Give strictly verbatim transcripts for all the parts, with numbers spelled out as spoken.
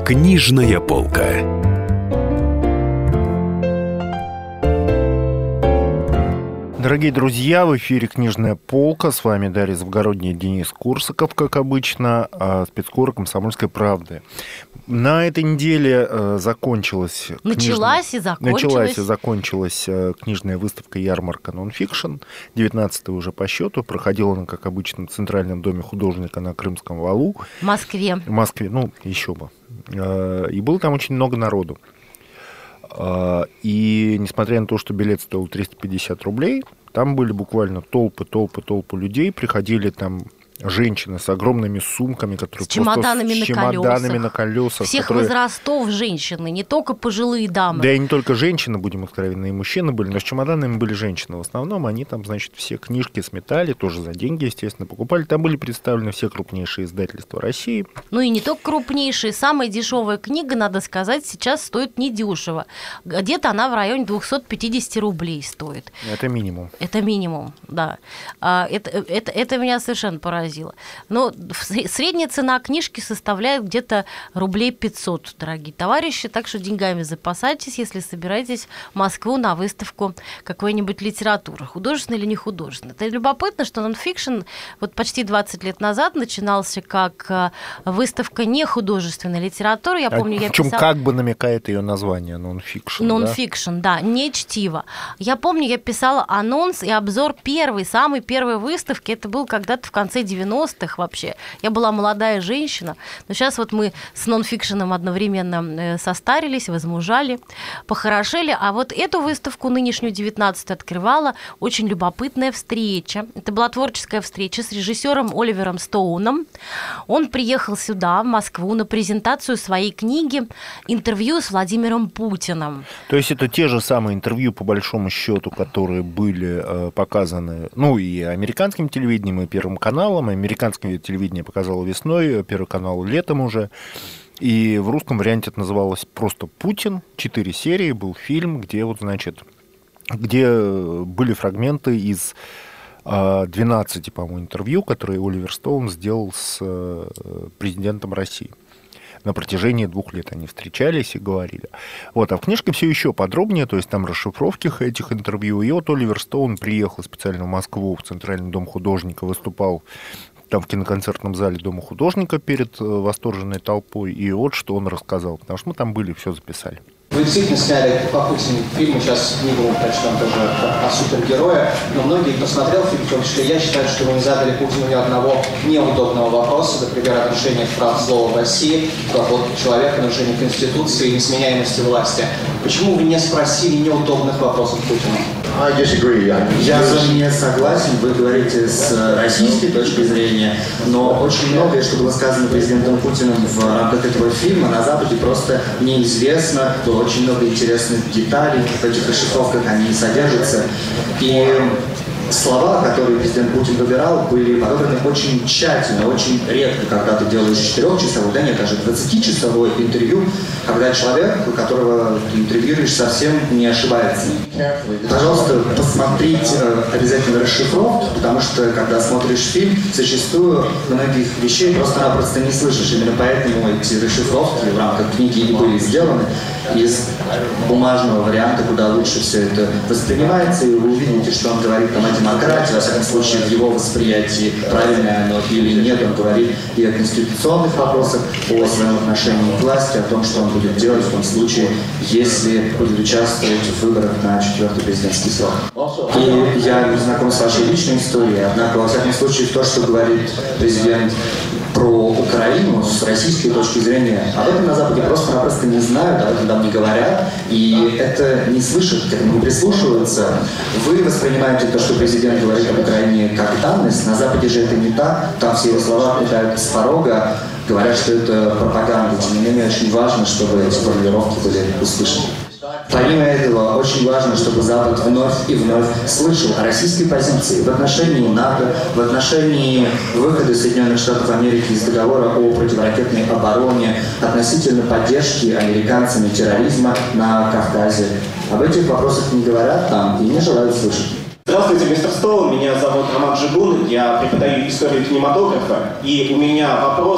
Книжная полка. Дорогие друзья, в эфире «Книжная полка». С вами Дарья Завгородняя, Денис Курсаков, как обычно, спецкор «Комсомольской правды». На этой неделе э, закончилась... Началась книжная... и закончилась. Началась и закончилась э, книжная выставка «Ярмарка Нонфикшн», девятнадцатая уже по счету. Проходила она, как обычно, в Центральном доме художника на Крымском валу. В Москве. В Москве, ну, еще бы. Э, и было там очень много народу. И несмотря на то, что билет стоил триста пятьдесят рублей, там были буквально толпы, толпы, толпы людей. Приходили там женщины с огромными сумками, которые с чемоданами, с на, чемоданами колесах. на колесах. Всех которые... возрастов женщины, не только пожилые дамы. Да и не только женщины, будем откровенны, и мужчины были, но с чемоданами были женщины. В основном они там, значит, все книжки сметали, тоже за деньги, естественно, покупали. Там были представлены все крупнейшие издательства России. Ну и не только крупнейшие. Самая дешевая книга, надо сказать, сейчас стоит недешево. Где-то она в районе двести пятьдесят рублей стоит. Это минимум. Это минимум, да. Это, это, это меня совершенно поразило. Но средняя цена книжки составляет где-то рублей пятьсот, дорогие товарищи, так что деньгами запасайтесь, если собираетесь в Москву на выставку какой-нибудь литературы, художественной или не художественной. Это любопытно, что нонфикшн вот почти двадцать лет назад начинался как выставка не художественной литературы. Я помню, а я в чем писала... как бы намекает ее название нонфикшн? Нонфикшн, да? да, не чтиво. Я помню, я писала анонс и обзор первой, самой первой выставки. Это был когда-то в конце девяностых вообще. Я была молодая женщина, но сейчас вот мы с нонфикшеном одновременно состарились, возмужали, похорошели. А вот эту выставку, нынешнюю девятнадцатую, открывала очень любопытная встреча. Это была творческая встреча с режиссером Оливером Стоуном. Он приехал сюда, в Москву, на презентацию своей книги «Интервью с Владимиром Путиным». То есть это те же самые интервью, по большому счету, которые были э, показаны, ну, и американским телевидением, и Первым каналом. Американское телевидение показало весной, Первый канал летом уже. И в русском варианте это называлось просто «Путин». Четыре серии, был фильм, где вот, значит, где были фрагменты из двенадцати, по-моему, интервью, которые Оливер Стоун сделал с президентом России. На протяжении двух лет они встречались и говорили. Вот, а в книжке все еще подробнее, то есть там расшифровки этих интервью. И вот Оливер Стоун приехал специально в Москву, в Центральный дом художника, выступал там в киноконцертном зале Дома художника перед восторженной толпой. И вот что он рассказал, потому что мы там были, все записали. Вы действительно сняли по Путину фильм, мы сейчас книгу прочтем тоже о супергерое, но многие, кто смотрел фильм, в том числе я, считаю, что вы не задали Путину ни одного неудобного вопроса, например, о нарушениях прав слова в России, свобод человека, нарушениях Конституции и несменяемости власти. Почему вы не спросили неудобных вопросов Путину? Я не согласен, вы говорите с российской точки зрения, но очень многое, что было сказано президентом Путиным в рамках этого фильма, на Западе просто неизвестно. Было очень много интересных деталей, в этих расшифровках они содержатся. И слова, которые президент Путин выбирал, были подобраны очень тщательно, очень редко, когда ты делаешь четырехчасовое, да нет, даже двадцатичасовое интервью, когда человек, которого ты интервьюируешь, совсем не ошибается. Пожалуйста, посмотрите обязательно расшифровки, потому что, когда смотришь фильм, зачастую многих вещей просто-напросто не слышишь. Именно поэтому эти расшифровки в рамках книги и были сделаны из бумажного варианта, куда лучше все это воспринимается, и вы увидите, что он говорит там о демократии, во всяком случае, в его восприятии, правильное оно или нет, он говорит и о конституционных вопросах, о своем отношении к власти, о том, что он будет делать в том случае, если будет участвовать в выборах на четвертый президентский срок. И я не знаком с вашей личной историей, однако, во всяком случае, то, что говорит президент про Украину с российской точки зрения, об этом на Западе просто-напросто не знают, об этом там не говорят, и это не слышат, к этому прислушиваются. Вы воспринимаете то, что президент говорит об Украине, как данность, на Западе же это не так, там все его слова летают с порога, говорят, что это пропаганда, тем не менее очень важно, чтобы эти формулировки были услышаны. Помимо этого, очень важно, чтобы Запад вновь и вновь слышал о российской позиции в отношении НАТО, в отношении выхода Соединенных Штатов Америки из договора о противоракетной обороне, относительно поддержки американцами терроризма на Кавказе. Об этих вопросах не говорят там и не желают слышать. Здравствуйте, мистер Стоун. Меня зовут Роман Жигун. Я преподаю историю кинематографа. И у меня вопрос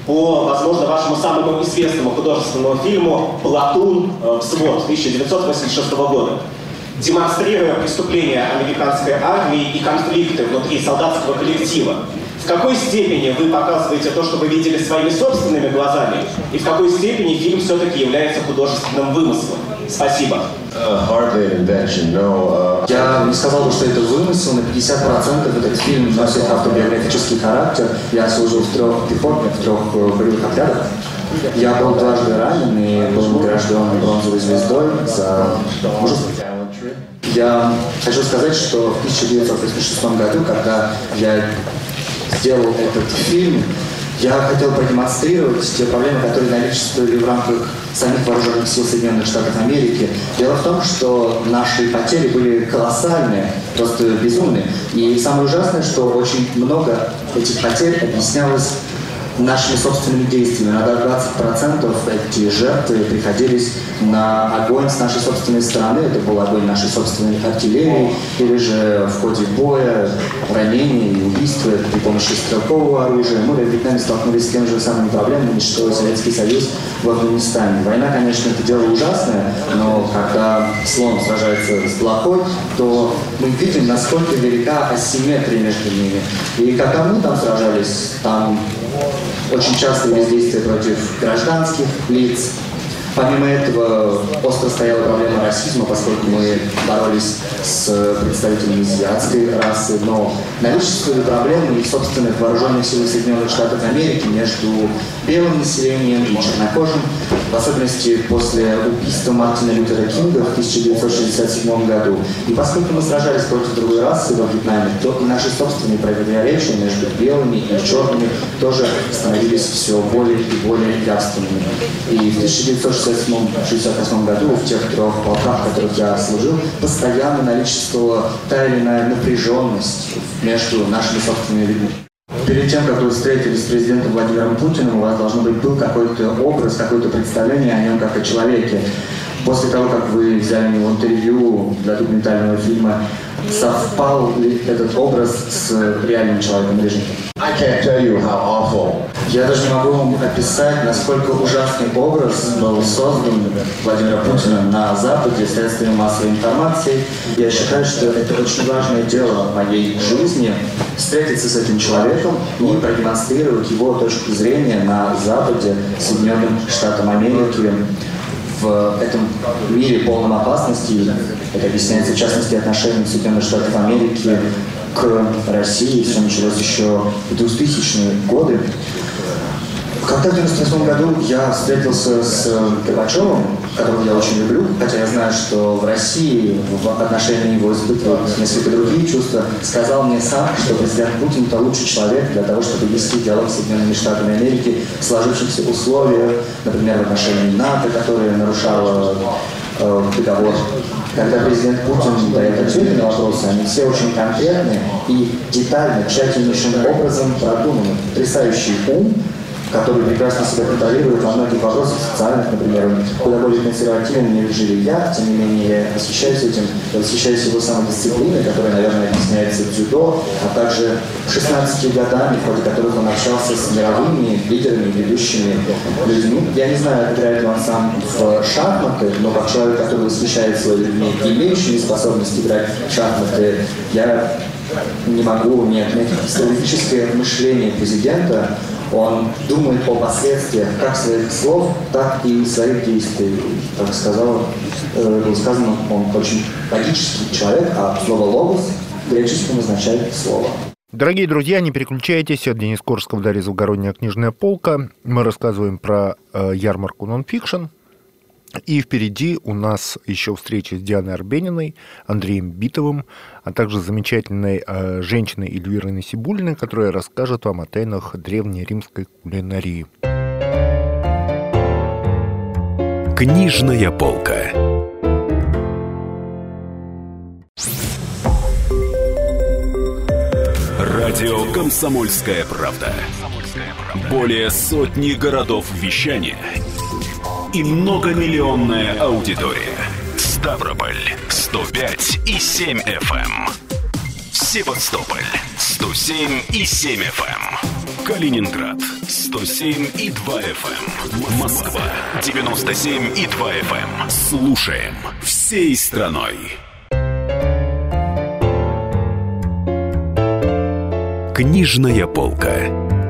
по, возможно, вашему самому известному художественному фильму «Платун. Взвод» тысяча девятьсот восемьдесят шестого года. Демонстрируя преступления американской армии и конфликты внутри солдатского коллектива, в какой степени вы показываете то, что вы видели своими собственными глазами, и в какой степени фильм все-таки является художественным вымыслом? Спасибо. Uh, hardly an invention, no, uh... Я не сказал бы, что это вымысел. На пятьдесят процентов этот фильм носит автобиографический характер. Я служил в трех пехотных, в трех боевых отрядах. Я был дважды ранен и был награжден бронзовой звездой за мужество. Я хочу сказать, что в тысяча девятьсот восемьдесят шестом году, когда я сделал этот фильм, я хотел продемонстрировать те проблемы, которые наличествовали в рамках самих вооруженных сил Соединенных Штатов Америки. Дело в том, что наши потери были колоссальные, просто безумные. И самое ужасное, что очень много этих потерь объяснялось нашими собственными действиями. На двадцать процентов эти жертвы приходились на огонь с нашей собственной стороны. Это был огонь нашей собственной артиллерии, или же в ходе боя, ранения и убийства при помощи стрелкового оружия. Мы в Вьетнаме столкнулись с теми же самыми проблемами, что и Советский Союз в Афганистане. Война, конечно, это дело ужасное, но когда слон сражается с блохой, то мы видим, насколько велика асимметрия между ними. И когда мы там сражались, там очень часто бездействие против гражданских лиц. Помимо этого, остро стояла проблема расизма, поскольку мы боролись с представителями азиатской расы, но наличествовали проблемы и собственных вооруженных сил Соединенных Штатов Америки между белым населением и чернокожим, в особенности после убийства Мартина Лютера Кинга в тысяча девятьсот шестьдесят седьмом году. И поскольку мы сражались против другой расы во Вьетнаме, то и наши собственные противоречия между белыми и черными тоже становились все более и более явственными. И в тысяча девятьсот шестьдесят восьмом году в тех трех полках, в которых я служил, постоянно наличествовала та или иная напряженность между нашими собственными людьми. Перед тем, как вы встретились с президентом Владимиром Путиным, у вас должно быть был какой-то образ, какое-то представление о нем как о человеке. После того, как вы взяли у него интервью для документального фильма, совпал ли этот образ с реальным человеком или нет? I can't tell you how awful. Я даже не могу вам описать, насколько ужасный образ был создан Владимира Путина на Западе средствами массовой информации. Я считаю, что это очень важное дело в моей жизни — встретиться с этим человеком и продемонстрировать его точку зрения на Западе, Соединенным Штатам Америки. В этом мире полном опасности, это объясняется в частности отношением Соединенных Штатов Америки к России, все началось еще в двухтысячные годы. Когда в девяносто восьмом году я встретился с Горбачевым, которого я очень люблю, хотя я знаю, что в России в отношении его испытывают несколько другие чувства, сказал мне сам, что президент Путин — это лучший человек для того, чтобы вести диалог с Соединенными Штатами Америки в сложившихся условиях, например, в отношении НАТО, которое нарушало э, договор. Когда президент Путин дает ответы на вопросы, они все очень конкретные и детально, тщательнейшим образом продуманы. Потрясающий ум, который прекрасно себя контролирует во многих вопросах социальных, например, куда более консервативен, нежели я, тем не менее я восхищаюсь этим, я восхищаюсь его самодисциплиной, которая, наверное, объясняется в дзюдо, а также шестнадцатью годами, в ходе которых он общался с мировыми лидерами, ведущими людьми. Я не знаю, играет ли он сам в шахматы, но как человек, который восхищается людьми, имеющими способность играть в шахматы, я не могу не отметить стратегическое мышление президента. Он думает о последствиях как своих слов, так и своих действий. Как сказал, э, было сказано, он очень логический человек, а слово «логос» в греческом означает «слово». Дорогие друзья, не переключайтесь. Это Денис Корсков, Дарья Завгородняя, «Книжная полка». Мы рассказываем про э, ярмарку «Нонфикшн». И впереди у нас еще встреча с Дианой Арбениной, Андреем Битовым, а также замечательной э, женщиной Эльвирой Насибуллиной, которая расскажет вам о тайнах древней римской кулинарии. Книжная полка. Радио «Комсомольская правда». Более сотни городов вещания и многомиллионная аудитория. Ставрополь сто пять и семь эф эм. Севастополь сто семь и семь эф эм. Калининград сто семь и два эф эм. Москва девяносто семь и два эф эм. Слушаем всей страной. Книжная полка.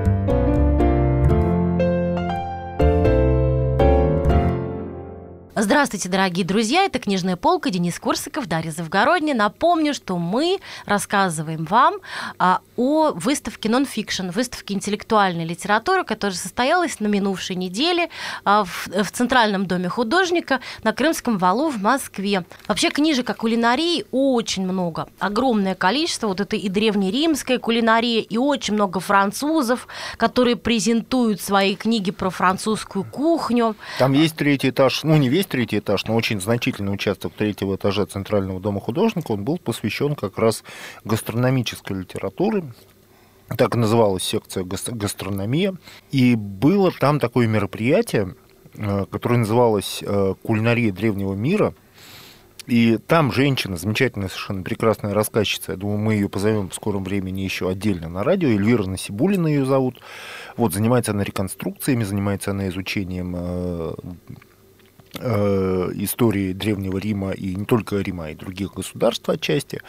Здравствуйте, дорогие друзья, это «Книжная полка», Денис Корсаков, Дарья Завгородняя. Напомню, что мы рассказываем вам а, о выставке нон-фикшн, выставке интеллектуальной литературы, которая состоялась на минувшей неделе а, в, в Центральном доме художника на Крымском валу в Москве. Вообще книжек о кулинарии очень много, огромное количество. Вот это и древнеримская кулинария, и очень много французов, которые презентуют свои книги про французскую кухню. Там есть третий этаж, ну не весь третий этаж, но очень значительный участок третьего этажа Центрального дома художника, он был посвящен как раз гастрономической литературе. Так и называлась секция «Гастрономия». И было там такое мероприятие, которое называлось «Кулинария древнего мира». И там женщина, замечательная, совершенно прекрасная рассказчица, я думаю, мы ее позовем в скором времени еще отдельно на радио, Эльвира Насибуллина ее зовут. Вот, занимается она реконструкциями, занимается она изучением истории Древнего Рима, и не только Рима, и других государств отчасти.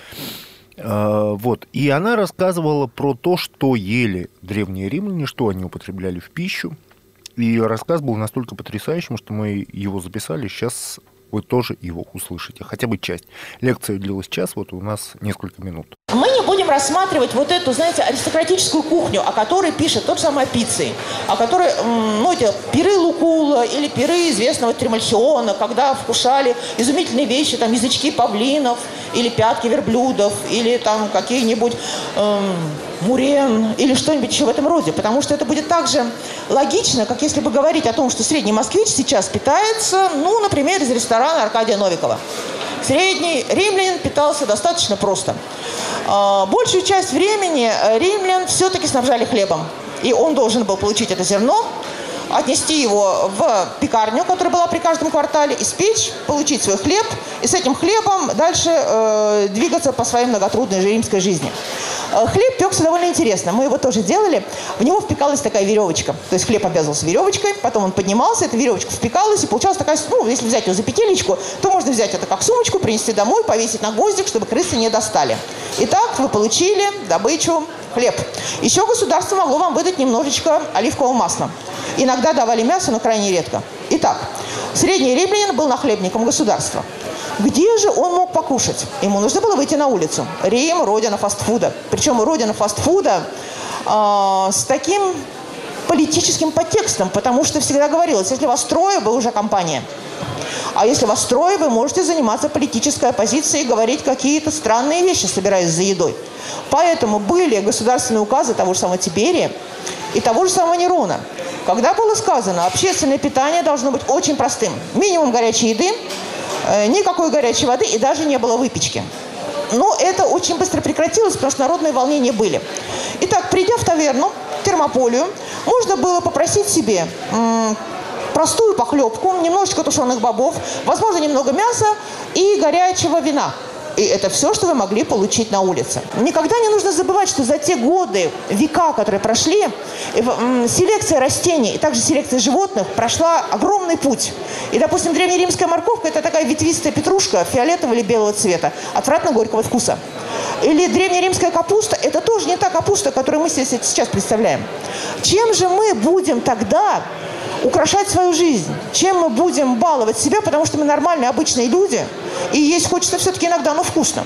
Вот. И она рассказывала про то, что ели древние римляне, что они употребляли в пищу. И рассказ был настолько потрясающим, что мы его записали. Сейчас вы тоже его услышите, хотя бы часть. Лекция длилась час, вот у нас несколько минут. Мы не будем рассматривать вот эту, знаете, аристократическую кухню, о которой пишет тот же самый Апиций, о которой, ну, эти пиры Лукула или пиры известного Тремальхиона, когда вкушали изумительные вещи, там, язычки павлинов, или пятки верблюдов, или там какие-нибудь эм, мурен, или что-нибудь еще в этом роде. Потому что это будет так же логично, как если бы говорить о том, что средний москвич сейчас питается, ну, например, из ресторана Аркадия Новикова. Средний римлянин питался достаточно просто. Большую часть времени римлян все-таки снабжали хлебом. И он должен был получить это зерно, отнести его в пекарню, которая была при каждом квартале, испечь, получить свой хлеб, и с этим хлебом дальше э, двигаться по своей многотрудной же римской жизни. Хлеб пекся довольно интересно. Мы его тоже делали. В него впекалась такая веревочка. То есть хлеб обвязывался веревочкой, потом он поднимался, эта веревочка впекалась, и получалась такая, ну, если взять его за петелечку, то можно взять это как сумочку, принести домой, повесить на гвоздик, чтобы крысы не достали. Итак, вы получили добычу хлеб. Еще государство могло вам выдать немножечко оливкового масла. Иногда давали мясо, но крайне редко. Итак, средний римлянин был нахлебником государства. Где же он мог покушать? Ему нужно было выйти на улицу. Рим – родина фастфуда. Причем родина фастфуда э, с таким политическим подтекстом, потому что всегда говорилось, если вас трое, вы уже компания. А если вас трое, вы можете заниматься политической оппозицией и говорить какие-то странные вещи, собираясь за едой. Поэтому были государственные указы того же самого Тиберия и того же самого Нерона, когда было сказано, общественное питание должно быть очень простым. Минимум горячей еды, никакой горячей воды и даже не было выпечки. Но это очень быстро прекратилось, потому что народные волнения были. Итак, придя в таверну, термополию, можно было попросить себе м- простую похлебку, немножечко тушеных бобов, возможно, немного мяса и горячего вина. И это все, что вы могли получить на улице. Никогда не нужно забывать, что за те годы, века, которые прошли, селекция растений и также селекция животных прошла огромный путь. И, допустим, древнеримская морковка – это такая ветвистая петрушка фиолетового или белого цвета, отвратно горького вкуса. Или древнеримская капуста – это тоже не та капуста, которую мы себе сейчас представляем. Чем же мы будем тогда украшать свою жизнь? Чем мы будем баловать себя, потому что мы нормальные, обычные люди, и есть хочется все-таки иногда, но вкусно.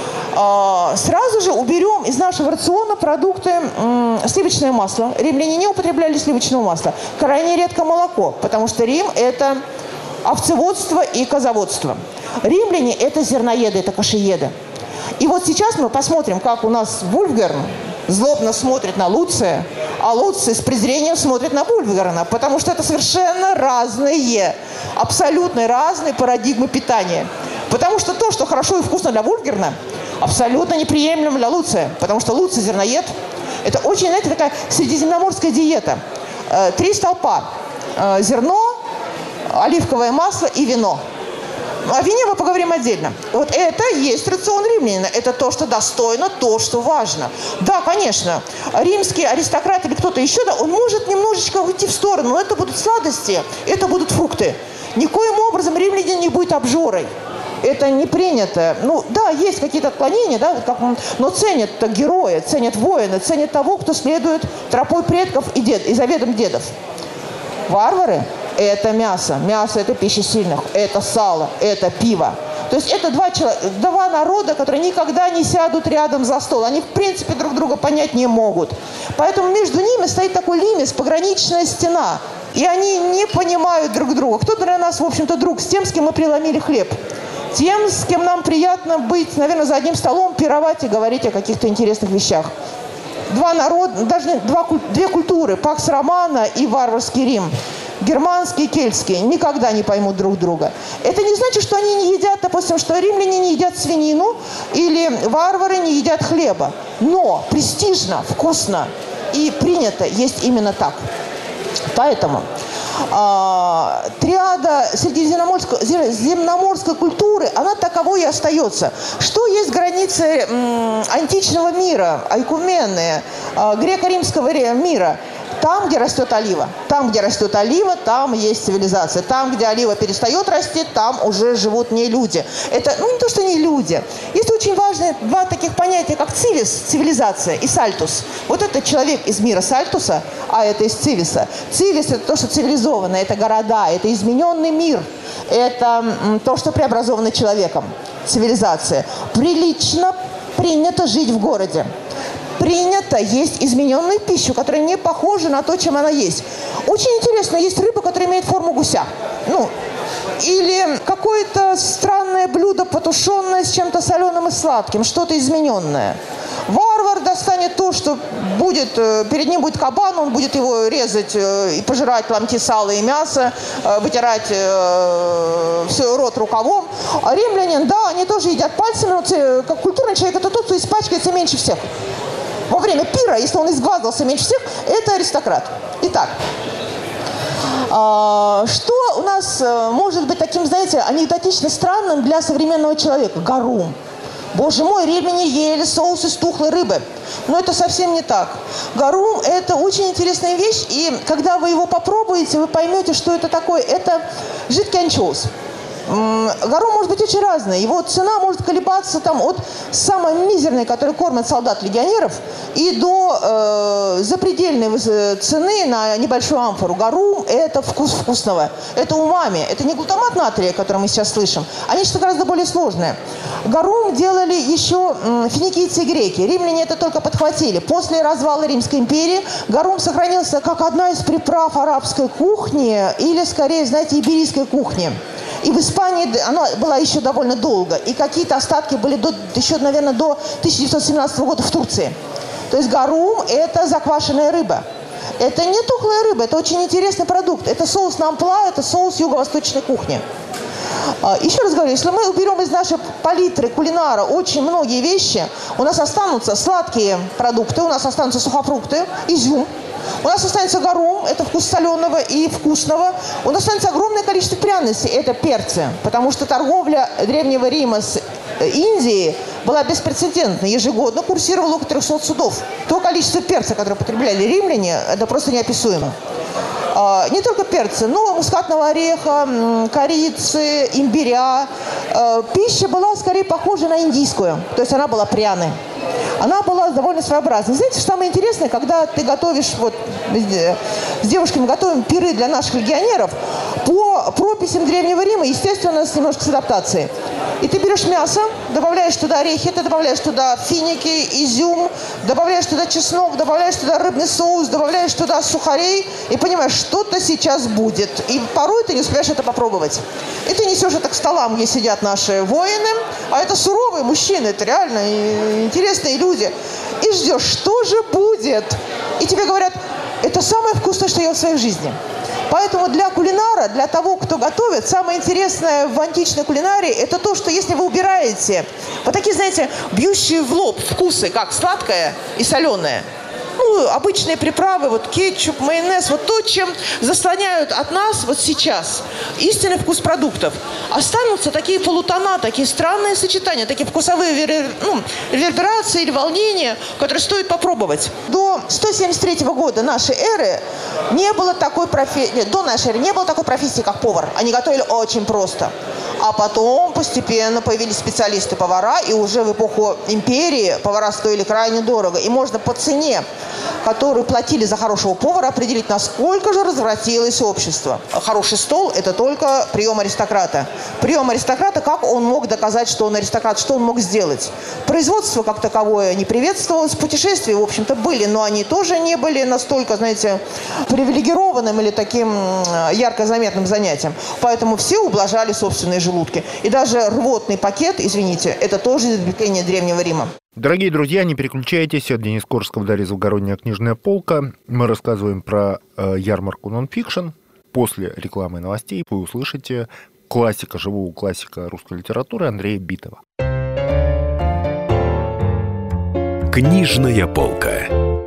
А, сразу же уберем из нашего рациона продукты м, сливочное масло. Римляне не употребляли сливочного масла. Крайне редко молоко, потому что Рим – это овцеводство и козоводство. Римляне – это зерноеды, это кашееды. И вот сейчас мы посмотрим, как у нас Вульфгерн злобно смотрит на Луция, а Луций с презрением смотрит на Вульфгерна, потому что это совершенно разные, абсолютно разные парадигмы питания. Потому что то, что хорошо и вкусно для Вульфгерна, абсолютно неприемлемо для Луция, потому что Луций зерноед. Это очень, знаете, такая средиземноморская диета. Три столпа: зерно, оливковое масло и вино. О вине мы поговорим отдельно. Вот это и есть рацион римлянина. Это то, что достойно, то, что важно. Да, конечно, римский аристократ или кто-то еще, да, он может немножечко уйти в сторону, но это будут сладости, это будут фрукты. Никоим образом римлянин не будет обжорой. Это не принято. Ну, да, есть какие-то отклонения, да, вот как, но ценят героя, ценят воина, ценят того, кто следует тропой предков и, дед, и заветам дедов. Варвары – это мясо. Мясо – это пища сильных, это сало, это пиво. То есть это два, человека, два народа, которые никогда не сядут рядом за стол. Они, в принципе, друг друга понять не могут. Поэтому между ними стоит такой лимит, пограничная стена. И они не понимают друг друга. Кто для нас, в общем-то, друг? С тем, с кем мы преломили хлеб. Тем, с кем нам приятно быть, наверное, за одним столом, пировать и говорить о каких-то интересных вещах. Два народа, даже два, две культуры, Пакс Романа и варварский Рим, германский и кельтский, никогда не поймут друг друга. Это не значит, что они не едят, допустим, что римляне не едят свинину или варвары не едят хлеба. Но престижно, вкусно и принято есть именно так. Поэтому а, триада средиземноморской, земноморской культуры, она таковой и остается. Что есть границы м, античного мира, айкумены, а, греко-римского мира? Там, где растет олива. Там, где растет олива, там есть цивилизация. Там, где олива перестает расти, там уже живут не люди. Это, ну, не то, что не люди. Есть очень важные два таких понятия, как цивис, цивилизация, и сальтус. Вот это человек из мира сальтуса, а это из цивиса. Цивис – это то, что цивилизовано, это города, это измененный мир. Это м, то, что преобразовано человеком. Цивилизация. Прилично принято жить в городе. Принято есть измененную пищу, которая не похожа на то, чем она есть. Очень интересно, есть рыба, которая имеет форму гуся. Ну, или какое-то странное блюдо, потушенное с чем-то соленым и сладким, что-то измененное. Варвар достанет то, что будет, перед ним будет кабан, он будет его резать и пожирать ломти сала и мяса, вытирать все рот рукавом. А римлянин, да, они тоже едят пальцами, но как культурный человек, это тот, кто испачкается меньше всех. Во время пира, если он изгваздался меньше всех, это аристократ. Итак, что у нас может быть таким, знаете, анекдотично странным для современного человека? Гарум. Боже мой, римляне ели соус из тухлой рыбы. Но это совсем не так. Гарум – это очень интересная вещь, и когда вы его попробуете, вы поймете, что это такое. Это жидкий анчоус. Гарум может быть очень разный. Его цена может колебаться там, от самой мизерной, которой кормят солдат-легионеров, и до э, запредельной цены на небольшую амфору. Гарум – это вкус вкусного. Это умами. Это не глутамат натрия, который мы сейчас слышим, а нечто гораздо более сложное. Гарум делали еще финикийцы и греки. Римляне это только подхватили. После развала Римской империи гарум сохранился как одна из приправ арабской кухни или, скорее, знаете, иберийской кухни. И в Испании она была еще довольно долго. И какие-то остатки были до, еще, наверное, до тысяча девятьсот семнадцатого года в Турции. То есть гарум – это заквашенная рыба. Это не тухлая рыба, это очень интересный продукт. Это соус на амплуа, это соус юго-восточной кухни. Еще раз говорю, если мы уберем из нашей палитры кулинара очень многие вещи, у нас останутся сладкие продукты, у нас останутся сухофрукты, изюм. У нас останется гарум, это вкус соленого и вкусного. У нас останется огромное количество пряностей, это перцы. Потому что торговля Древнего Рима с Индией была беспрецедентна. Ежегодно курсировало около трехсот судов. То количество перца, которое потребляли римляне, это просто неописуемо. Не только перцы, но мускатного ореха, корицы, имбиря. Пища была скорее похожа на индийскую, то есть она была пряной. Она была довольно своеобразной. Знаете, что самое интересное, когда ты готовишь, вот с девушками готовим пиры для наших легионеров, по прописям Древнего Рима, естественно, с немножко с адаптацией. И ты берешь мясо, добавляешь туда орехи, ты добавляешь туда финики, изюм, добавляешь туда чеснок, добавляешь туда рыбный соус, добавляешь туда сухарей и понимаешь, что-то сейчас будет. И порой ты не успеешь это попробовать. И ты несешь это к столам, где сидят наши воины, а это суровые мужчины, это реально интересные люди. И ждешь, что же будет? И тебе говорят, это самое вкусное, что я ел в своей жизни. Поэтому для кулинара, для того, кто готовит, самое интересное в античной кулинарии – это то, что если вы убираете вот такие, знаете, бьющие в лоб вкусы, как сладкое и соленое, ну, ну, обычные приправы, вот кетчуп, майонез, вот то, чем заслоняют от нас вот сейчас истинный вкус продуктов. Останутся такие полутона, такие странные сочетания, такие вкусовые вер... ну, реверберации или волнения, которые стоит попробовать. До сто семьдесят третьего года нашей эры не было такой профессии, до нашей эры не было такой профессии, как повар. Они готовили очень просто. А потом постепенно появились специалисты-повара, и уже в эпоху империи повара стоили крайне дорого. И можно по цене, которую платили за хорошего повара, определить, насколько же развратилось общество. Хороший стол – это только прием аристократа. Прием аристократа, как он мог доказать, что он аристократ, что он мог сделать? Производство как таковое не приветствовалось, путешествия, в общем-то, были, но они тоже не были настолько, знаете, привилегированным или таким ярко заметным занятием. Поэтому все ублажали собственные желудки. И даже рвотный пакет, извините, это тоже изобретение Древнего Рима. Дорогие друзья, не переключайтесь. Это Денис Корсков, Дарья Завгородняя, «Книжная полка». Мы рассказываем про э, ярмарку нонфикшн. После рекламы и новостей вы услышите классика, живого классика русской литературы Андрея Битова. «Книжная полка».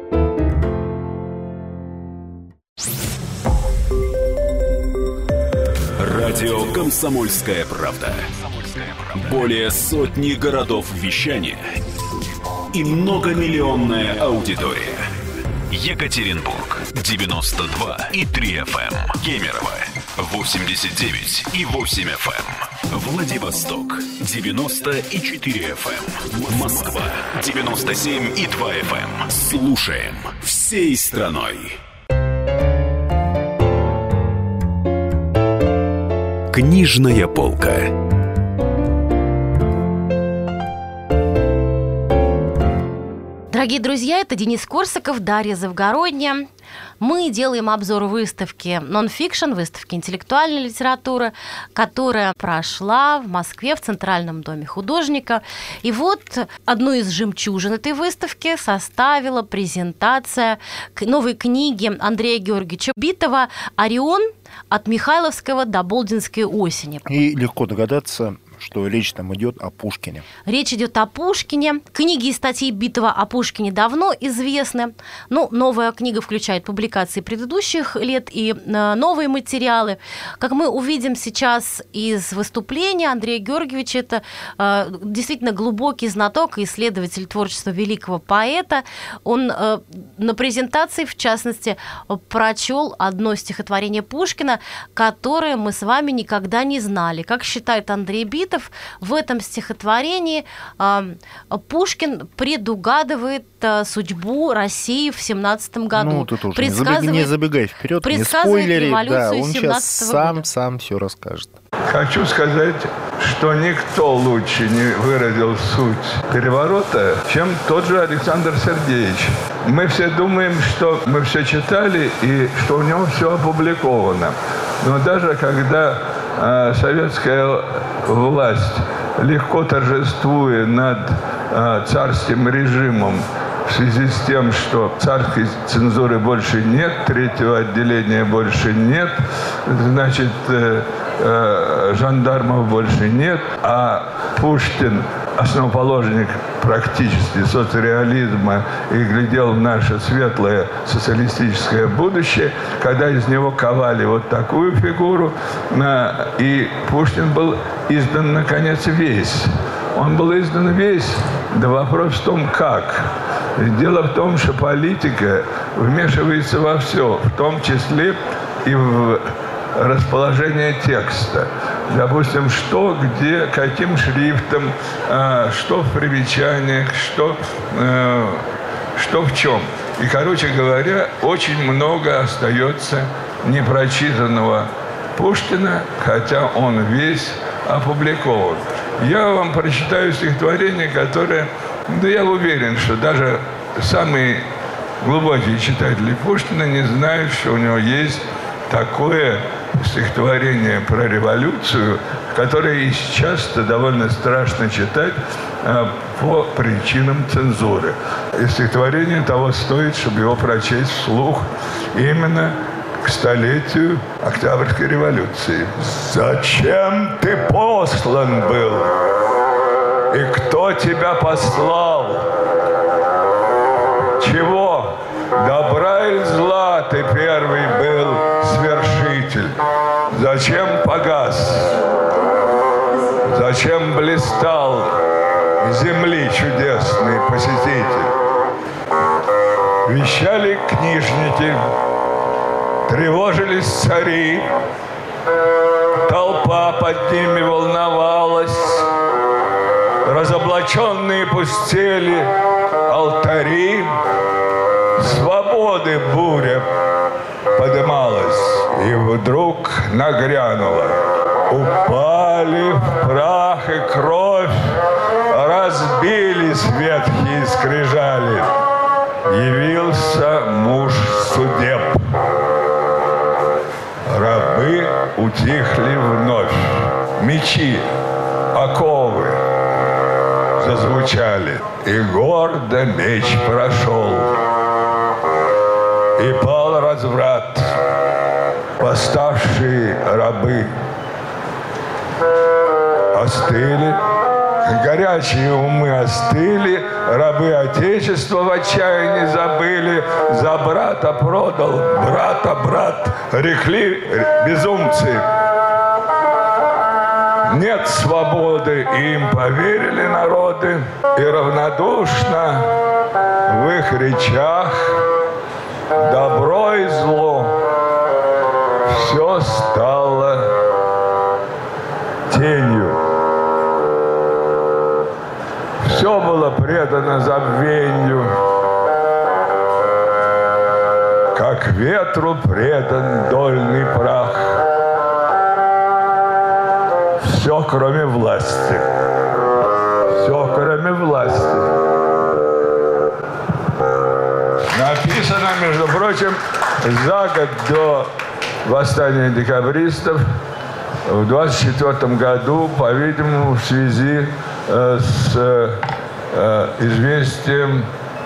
Радио «Комсомольская правда». Более сотни городов вещания и многомиллионная аудитория. Екатеринбург девяносто два и три эф эм, Кемерово восемьдесят девять и восемь эф эм, Владивосток девяносто и четыре эф эм, Москва девяносто семь и два эф эм. Слушаем всей страной. Книжная полка. Дорогие друзья, это Денис Корсаков, Дарья Завгородняя. Мы делаем обзор выставки нон-фикшн, выставки интеллектуальной литературы, которая прошла в Москве в Центральном доме художника. И вот одну из жемчужин этой выставки составила презентация новой книги Андрея Георгиевича Битова «Орион. От Михайловского до Болдинской осени». И легко догадаться, что речь там идет о Пушкине. Речь идет о Пушкине. Книги и статьи Битова о Пушкине давно известны. Ну, новая книга включает публикации предыдущих лет и э, новые материалы. Как мы увидим сейчас из выступления Андрея Георгиевича, это э, действительно глубокий знаток и исследователь творчества великого поэта. Он э, на презентации, в частности, прочел одно стихотворение Пушкина, которое мы с вами никогда не знали. Как считает Андрей Битов, в этом стихотворении э, Пушкин предугадывает э, судьбу России в семнадцатом году. Ну, тут уже не забегай вперед, не спойлери, да, он сейчас сам, года. сам все расскажет. Хочу сказать, что никто лучше не выразил суть переворота, чем тот же Александр Сергеевич. Мы все думаем, что мы все читали и что у него все опубликовано. Но даже когда э, советская власть, легко торжествуя над э, царским режимом в связи с тем, что царской цензуры больше нет, третьего отделения больше нет, значит, э, э, жандармов больше нет, а Пушкин, основоположник практически соцреализма, и глядел в наше светлое социалистическое будущее, когда из него ковали вот такую фигуру, и Пушкин был издан, наконец, весь. Он был издан весь, да вопрос в том, как. Дело в том, что политика вмешивается во все, в том числе и в расположение текста. Допустим, что, где, каким шрифтом, э, что в примечаниях, что, э, что в чем. И, короче говоря, очень много остается непрочитанного Пушкина, хотя он весь опубликован. Я вам прочитаю стихотворение, которое, да я уверен, что даже самые глубокие читатели Пушкина не знают, что у него есть такое стихотворение про революцию, которое и сейчас-то довольно страшно читать э, по причинам цензуры. И стихотворение того стоит, чтобы его прочесть вслух именно к столетию Октябрьской революции. «Зачем ты послан был? И кто тебя послал? Чего ты первый был свершитель? Зачем погас? Зачем блистал земли чудесный посетитель? Вещали книжники, тревожились цари, толпа под ними волновалась, разоблаченные пустели алтари, свободы буря подымалась, и вдруг нагрянула. Упали в прах и кровь, разбились ветхие скрижали. Явился муж судеб. Рабы утихли вновь. Мечи, оковы зазвучали. И гордо меч прошел. И пал разврат. Восставшие рабы остыли, горячие умы остыли, рабы Отечества в отчаянии забыли, за брата продал, брата брат, рекли безумцы. Нет свободы, и им поверили народы, и равнодушно в их речах добро и зло все стало тенью. Все было предано забвенью, как ветру предан дольный прах. Все, кроме власти. Все, кроме власти. Написано, между прочим, за год до восстания декабристов, в двадцать четвёртом году, по-видимому, в связи э, с э, известием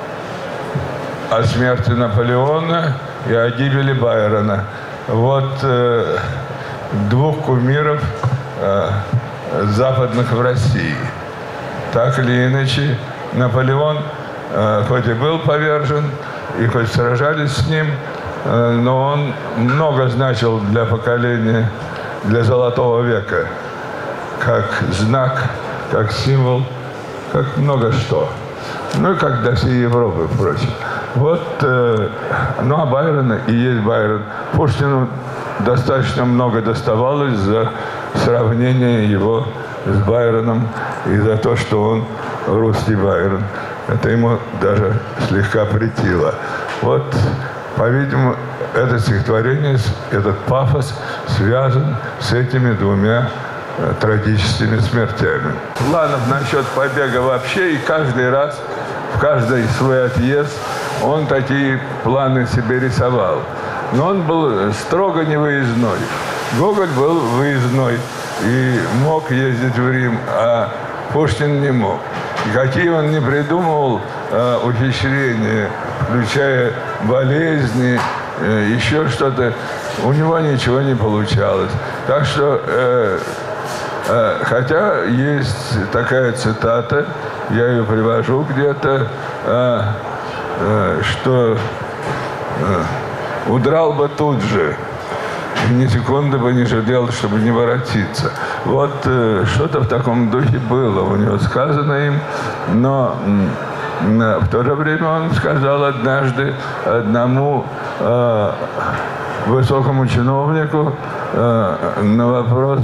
о смерти Наполеона и о гибели Байрона. Вот э, двух кумиров э, западных в России. Так или иначе, Наполеон, э, хоть и был повержен, и хоть сражались с ним, э, но он много значил для поколения, для Золотого века, как знак, как символ, как много что. Ну и как для всей Европы, впрочем. Вот, э, ну а Байрон и есть Байрон. Пушкину достаточно много доставалось за сравнение его с Байроном и за то, что он русский Байрон. Это ему даже слегка претило. Вот, по-видимому, это стихотворение, этот пафос связан с этими двумя э, трагическими смертями. Планов насчет побега вообще, и каждый раз, в каждый свой отъезд, он такие планы себе рисовал. Но он был строго не выездной. Гоголь был выездной и мог ездить в Рим, а Пушкин не мог. И какие он не придумывал э, ухищрения, включая болезни, э, еще что-то, у него ничего не получалось. Так что, э, э, хотя есть такая цитата, я ее привожу где-то, э, э, что э, удрал бы тут же, ни секунды бы не жалел, чтобы не воротиться. Вот э, что-то в таком духе было у него сказано им, но э, в то же время он сказал однажды одному э, высокому чиновнику э, на вопрос,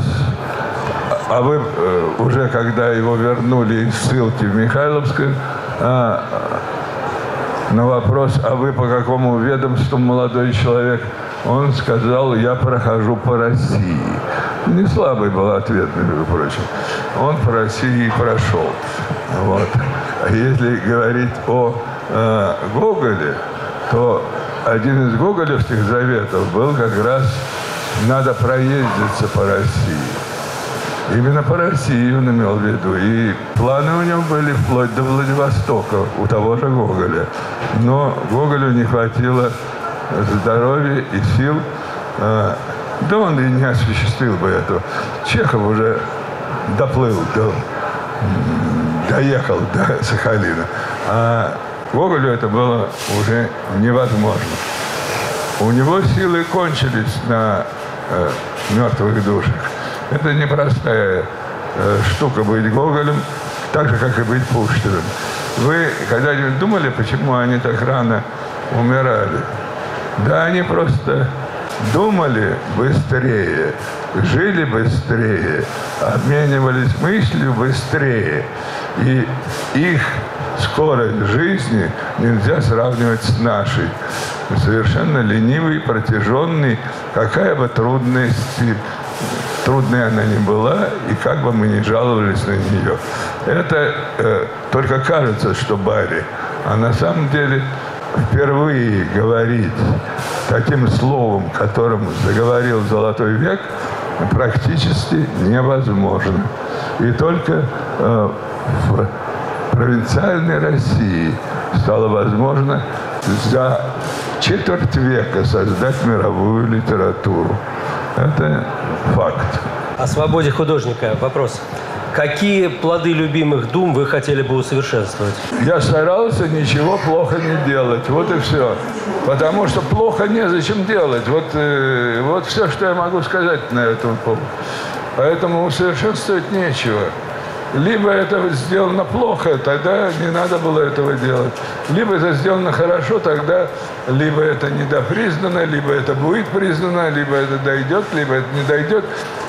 а вы э, уже когда его вернули из ссылки в Михайловскую, э, на вопрос, а вы по какому ведомству, молодой человек, он сказал, я прохожу по России. Не слабый был ответ, между прочим. Он по России прошел. Вот. А если говорить о э, Гоголе, то один из гоголевских заветов был как раз надо проездиться по России. Именно по России он имел в виду. И планы у него были вплоть до Владивостока, у того же Гоголя. Но Гоголю не хватило здоровья и сил. Да он и не осуществил бы этого. Чехов уже доплыл, до, доехал до Сахалина. А Гоголю это было уже невозможно. У него силы кончились на э, мертвых душах. Это непростая э, штука быть Гоголем, так же, как и быть Пушкиным. Вы когда-нибудь думали, почему они так рано умирали? Да они просто думали быстрее, жили быстрее, обменивались мыслью быстрее. И их скорость жизни нельзя сравнивать с нашей. Совершенно ленивый, протяженный, какая бы трудность, трудной она ни была, и как бы мы ни жаловались на нее. Это э, только кажется, что Барри, а на самом деле впервые говорить таким словом, которым заговорил Золотой век, практически невозможно. И только э, в провинциальной России стало возможно за четверть века создать мировую литературу. Это факт. О свободе художника вопрос. Какие плоды любимых дум вы хотели бы усовершенствовать? Я старался ничего плохо не делать. Вот и все. Потому что плохо незачем делать. Вот, э, вот все, что я могу сказать на этом поводу. Поэтому усовершенствовать нечего. Либо это сделано плохо, тогда не надо было этого делать. Либо это сделано хорошо, тогда либо это недопризнано, либо это будет признано, либо это дойдет, либо это не дойдет.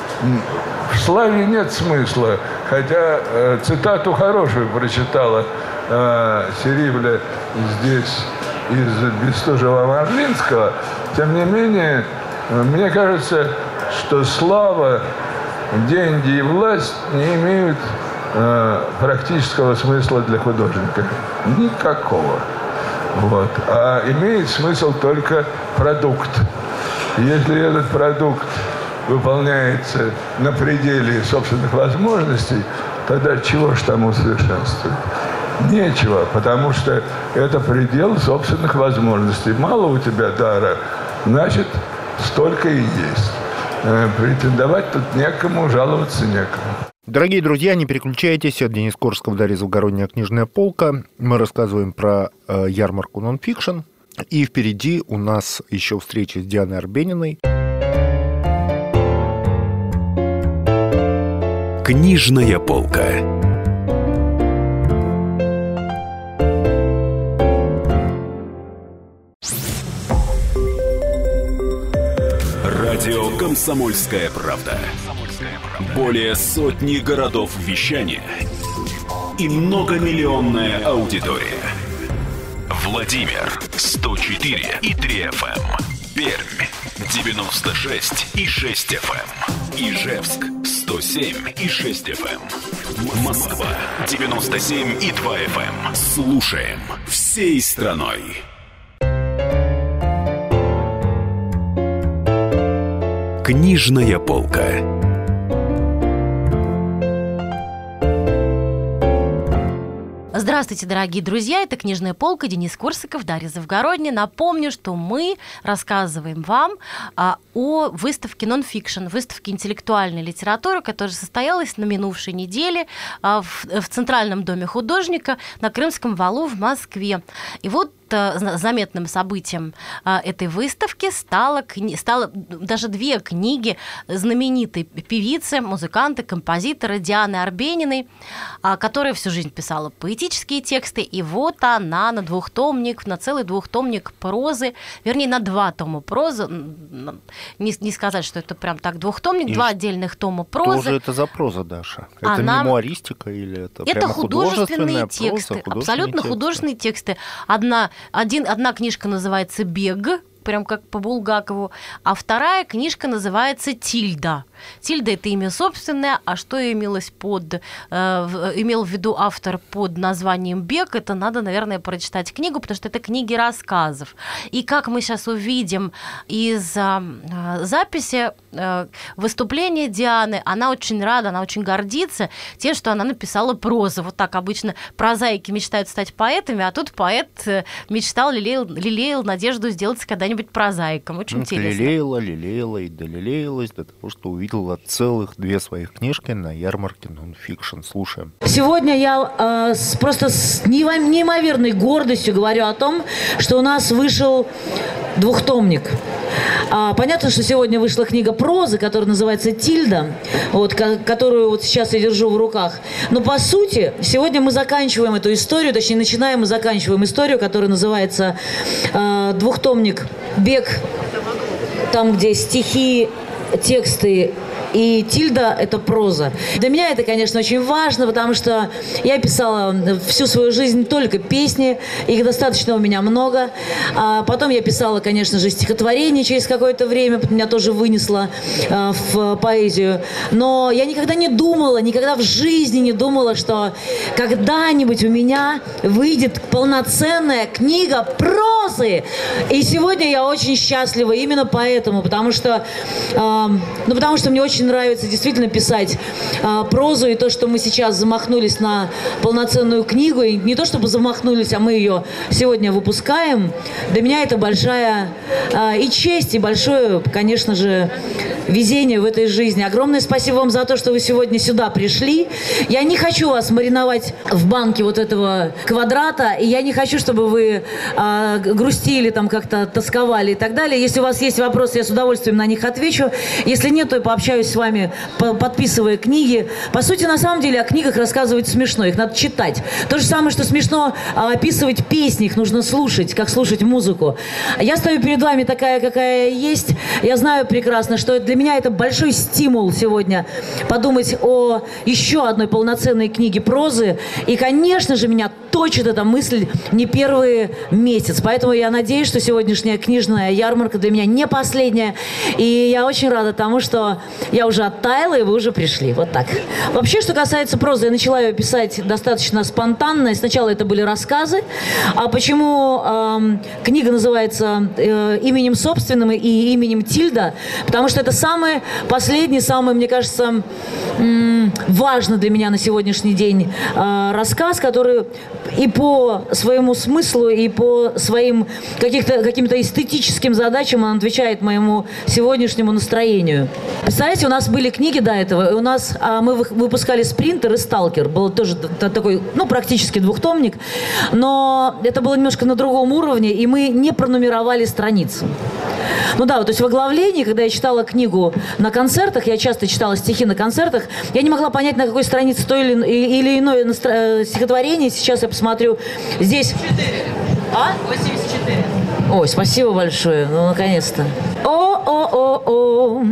В славе нет смысла. Хотя э, цитату хорошую прочитала э, Серибля здесь из Бестужева-Марлинского. Тем не менее, э, мне кажется, что слава, деньги и власть не имеют э, практического смысла для художника. Никакого. Вот. А имеет смысл только продукт. Если этот продукт выполняется на пределе собственных возможностей, тогда чего ж там усовершенствовать? Нечего, потому что это предел собственных возможностей. Мало у тебя дара, значит, столько и есть. Претендовать тут некому, жаловаться некому. Дорогие друзья, не переключайтесь. Это Денис Корсков, Дарья Завгородняя, «Книжная полка». Мы рассказываем про э, ярмарку нонфикшн. И впереди у нас еще встреча с Дианой Арбениной. Книжная полка. Радио «Комсомольская правда». Более сотни городов вещания и многомиллионная аудитория. Владимир сто четыре и три эф эм. Пермь девяносто шесть и шесть эф эм. Ижевск сто семь и шесть эф эм. Москва девяносто семь и два эф эм. Слушаем всей страной. Книжная полка. Здравствуйте, дорогие друзья, это «Книжная полка», Денис Корсаков, Дарья Завгородняя. Напомню, что мы рассказываем вам а, о выставке нонфикшн, выставке интеллектуальной литературы, которая состоялась на минувшей неделе а, в, в Центральном доме художника на Крымском валу в Москве. И вот заметным событием этой выставки стало, стало даже две книги знаменитой певицы, музыканта, композитора Дианы Арбениной, которая всю жизнь писала поэтические тексты, и вот она на двухтомник, на целый двухтомник прозы, вернее, на два тома прозы, не, не сказать, что это прям так двухтомник, и два отдельных тома прозы. Что же это за проза, Даша? Это она... мемуаристика или это, это прямо художественные художественная тексты, проза, художественные абсолютно тексты. художественные тексты. Одна Один, одна книжка называется «Бег», прям как по Булгакову, а вторая книжка называется «Тильда». Тильда – это имя собственное, а что имелось под, э, имел в виду автор под названием «Бег», это надо, наверное, прочитать книгу, потому что это книги рассказов. И как мы сейчас увидим из э, записи э, выступления Дианы, она очень рада, она очень гордится тем, что она написала прозу. Вот так обычно прозаики мечтают стать поэтами, а тут поэт мечтал, лелеял, лелеял надежду сделаться когда-нибудь прозаиком. Очень ну, интересно. Лелеяла, лелеяла и долелеялась до того, что увидела выпустила целых две своих книжки на ярмарке Nonfiction. Слушаем. Сегодня я э, с, просто с неимоверной гордостью говорю о том, что у нас вышел двухтомник. А, понятно, что сегодня вышла книга прозы, которая называется «Тильда», вот, ко- которую вот сейчас я держу в руках. Но по сути, сегодня мы заканчиваем эту историю, точнее, начинаем и заканчиваем историю, которая называется э, двухтомник «Бег», там, где стихи, тексты и тильда – это проза. Для меня это, конечно, очень важно, потому что я писала всю свою жизнь только песни, их достаточно у меня много. А потом я писала, конечно же, стихотворение через какое-то время, меня тоже вынесло а, в поэзию. Но я никогда не думала, никогда в жизни не думала, что когда-нибудь у меня выйдет полноценная книга прозы. И сегодня я очень счастлива именно поэтому, потому что, а, ну, потому что мне очень нравится действительно писать а, прозу, и то, что мы сейчас замахнулись на полноценную книгу, и не то чтобы замахнулись, а мы ее сегодня выпускаем, для меня это большая а, и честь, и большое, конечно же, везение в этой жизни. Огромное спасибо вам за то, что вы сегодня сюда пришли. Я не хочу вас мариновать в банке вот этого квадрата, и я не хочу, чтобы вы а, грустили, там как-то тосковали и так далее. Если у вас есть вопросы, я с удовольствием на них отвечу. Если нет, то я пообщаюсь с вами, подписывая книги. По сути, на самом деле, о книгах рассказывать смешно, их надо читать. То же самое, что смешно описывать песни, их нужно слушать, как слушать музыку. Я стою перед вами такая, какая есть. Я знаю прекрасно, что для меня это большой стимул сегодня подумать о еще одной полноценной книге прозы. И, конечно же, меня точит эта мысль не первый месяц. Поэтому я надеюсь, что сегодняшняя книжная ярмарка для меня не последняя. И я очень рада тому, что я уже оттаяла, и вы уже пришли. Вот так. Вообще, что касается прозы, я начала ее писать достаточно спонтанно. Сначала это были рассказы. А почему э, книга называется э, именем собственным и именем Тильда? Потому что это самый последний, самый, мне кажется, э, важный для меня на сегодняшний день э, рассказ, который и по своему смыслу, и по своим каких-то, каким-то эстетическим задачам он отвечает моему сегодняшнему настроению. Представляете, у нас были книги до этого, и у нас а, мы выпускали «Спринтер» и «Сталкер». Был тоже такой, ну, практически двухтомник, но это было немножко на другом уровне, и мы не пронумеровали страницы. Ну да, вот, то есть в оглавлении, когда я читала книгу на концертах, я часто читала стихи на концертах, я не могла понять, на какой странице то или, или иное настро... стихотворение. Сейчас я посмотрю. Здесь... А? восемьдесят четыре. Ой, спасибо большое. Ну, наконец-то. О-о-о-о.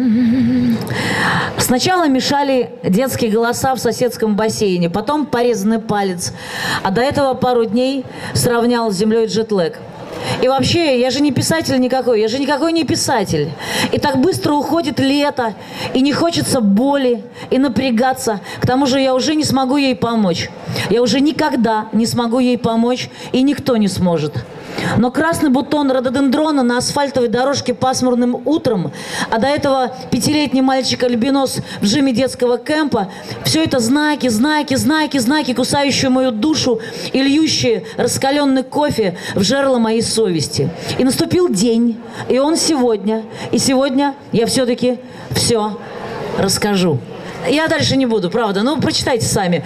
Сначала мешали детские голоса в соседском бассейне, потом порезанный палец, а до этого пару дней сравнял с землей джетлэг. И вообще, я же не писатель никакой, я же никакой не писатель. И так быстро уходит лето, и не хочется боли, и напрягаться. К тому же я уже не смогу ей помочь. Я уже никогда не смогу ей помочь, и никто не сможет. Но красный бутон рододендрона на асфальтовой дорожке пасмурным утром, а до этого пятилетний мальчик-альбинос в джиме детского кемпа, все это знаки, знаки, знаки, знаки, кусающие мою душу и льющие раскаленный кофе в жерло моей совести. И наступил день, и он сегодня, и сегодня я все-таки все расскажу. Я дальше не буду, правда, ну прочитайте сами.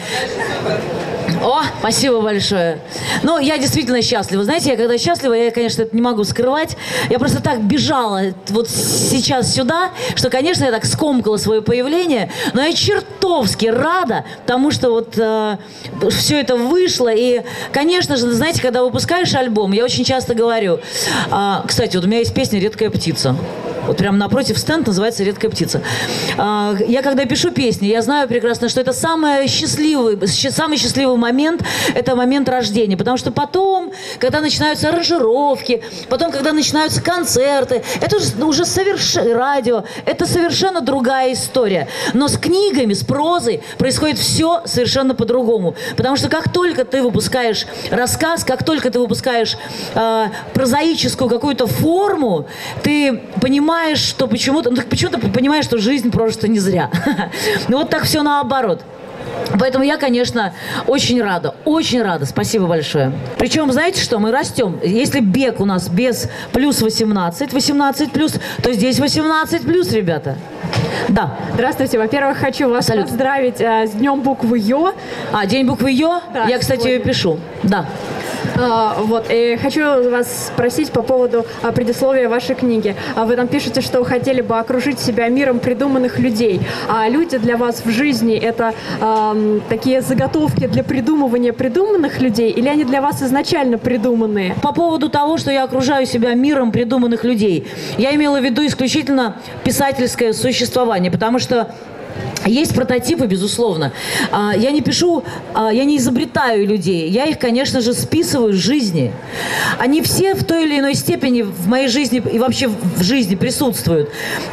О, спасибо большое. Ну, я действительно счастлива. Знаете, я когда счастлива, я, конечно, это не могу скрывать. Я просто так бежала вот сейчас сюда, что, конечно, я так скомкала свое появление, но я чертовски рада тому, что вот э, все это вышло. И, конечно же, знаете, когда выпускаешь альбом, я очень часто говорю, э, кстати, вот у меня есть песня «Редкая птица». Вот прямо напротив стенд называется «Редкая птица». Я когда пишу песни, я знаю прекрасно, что это самый счастливый, самый счастливый момент, это момент рождения. Потому что потом, когда начинаются аранжировки, потом, когда начинаются концерты, это уже совершенно радио, это совершенно другая история. Но с книгами, с прозой происходит все совершенно по-другому. Потому что как только ты выпускаешь рассказ, как только ты выпускаешь э, прозаическую какую-то форму, ты понимаешь, что почему-то, ну, почему-то понимаешь, что жизнь прожита не зря. Ну вот так все наоборот. Поэтому я, конечно, очень рада, очень рада. Спасибо большое. Причем, знаете что, мы растем. Если бег у нас без плюс восемнадцать, восемнадцать плюс, то здесь восемнадцать плюс, ребята. Да. Здравствуйте. Во-первых, хочу вас Салют. поздравить а, с Днем буквы Ё. А, День буквы Ё? Да, Я, кстати, ее пишу. Да. А, вот, и хочу вас спросить по поводу а, предисловия вашей книги. А, вы там пишете, что хотели бы окружить себя миром придуманных людей. А люди для вас в жизни — это а, такие заготовки для придумывания придуманных людей, или они для вас изначально придуманные? По поводу того, что я окружаю себя миром придуманных людей, я имела в виду исключительно писательское существование, потому что есть прототипы, безусловно. Я не пишу, я не изобретаю людей. Я их, конечно же, списываю с жизни. Они все в той или иной степени в моей жизни и вообще в жизни присутствуют.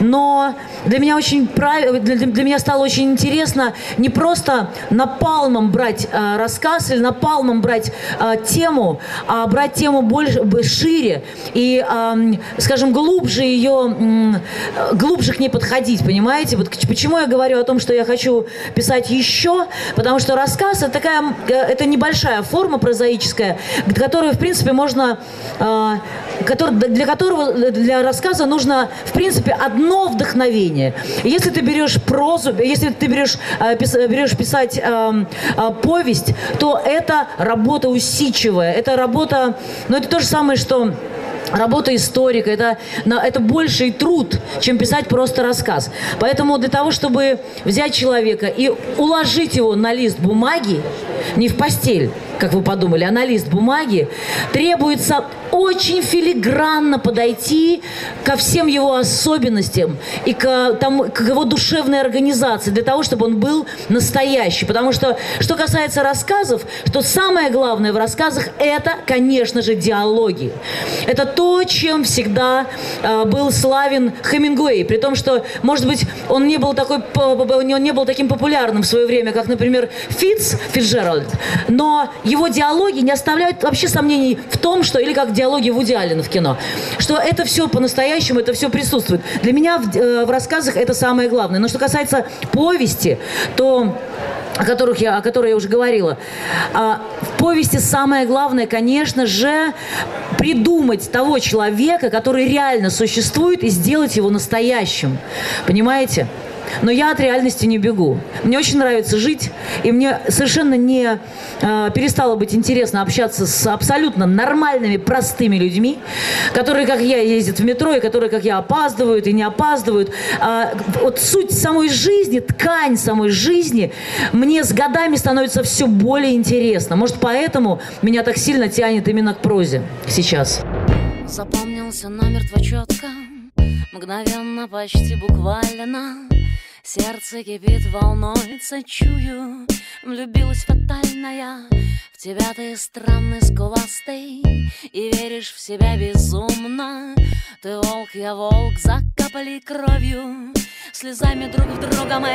Но для меня очень для меня стало очень интересно не просто напалмом брать рассказ или напалмом брать тему, а брать тему больше, шире и, скажем, глубже ее, глубже к ней подходить, понимаете? Вот почему я говорю о том, что я хочу писать еще, потому что рассказ — это такая, это небольшая форма прозаическая, которую, в принципе, можно, э, который, для которого, для рассказа нужно, в принципе, одно вдохновение. Если ты берешь прозу, если ты берешь, э, пис, берешь писать э, э, повесть, то это работа усидчивая, это работа, ну, это то же самое, что работа историка, это, это больший труд, чем писать просто рассказ. Поэтому для того, чтобы взять человека и уложить его на лист бумаги, не в постель, как вы подумали, а на лист бумаги, требуется очень филигранно подойти ко всем его особенностям и к, тому, к его душевной организации, для того, чтобы он был настоящий. Потому что, что касается рассказов, то самое главное в рассказах — это, конечно же, диалоги. Это то, чем всегда э, был славен Хемингуэй, при том, что, может быть, он не был такой, он не был таким популярным в свое время, как, например, Фитц, Фицджеральд, но его диалоги не оставляют вообще сомнений в том, что, или как диалоги Вуди Аллена в кино, что это все по-настоящему, это все присутствует. Для меня в, э, в рассказах это самое главное. Но что касается повести, то о которых я, о которой я уже говорила. А, в повести самое главное, конечно же, придумать того человека, который реально существует, и сделать его настоящим. Понимаете? Но я от реальности не бегу. Мне очень нравится жить, и мне совершенно не э, перестало быть интересно общаться с абсолютно нормальными, простыми людьми, которые, как я, ездят в метро, и которые, как я, опаздывают и не опаздывают. А, вот суть самой жизни, ткань самой жизни мне с годами становится все более интересно. Может, поэтому меня так сильно тянет именно к прозе сейчас. Запомнился намертво четко, мгновенно, почти буквально. Сердце кипит, волнуется, чую, влюбилась фатальная. В тебя ты странный, скуластый, и веришь в себя безумно. Ты волк, я волк, закапали кровью, слезами друг в друга мы.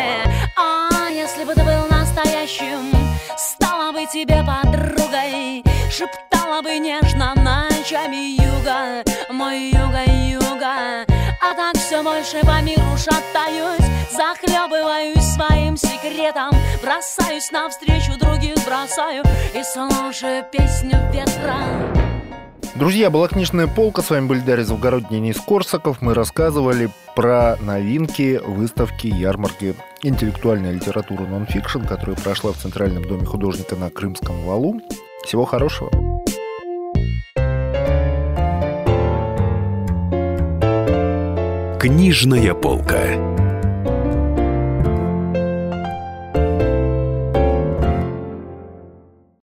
А если бы ты был настоящим, стала бы тебе подругой, шептала бы нежно ночами юга, мой юга, юга. А так все больше по миру шатаюсь, захлебываюсь своим секретом, бросаюсь навстречу, других бросаю и слушаю песню ветра. Друзья, была книжная полка. С вами были Дарья Завгородняя, Денис Корсаков. Мы рассказывали про новинки выставки, ярмарки интеллектуальной литературы нон-фикшн, которая прошла в Центральном доме художника на Крымском валу. Всего хорошего. Книжная полка.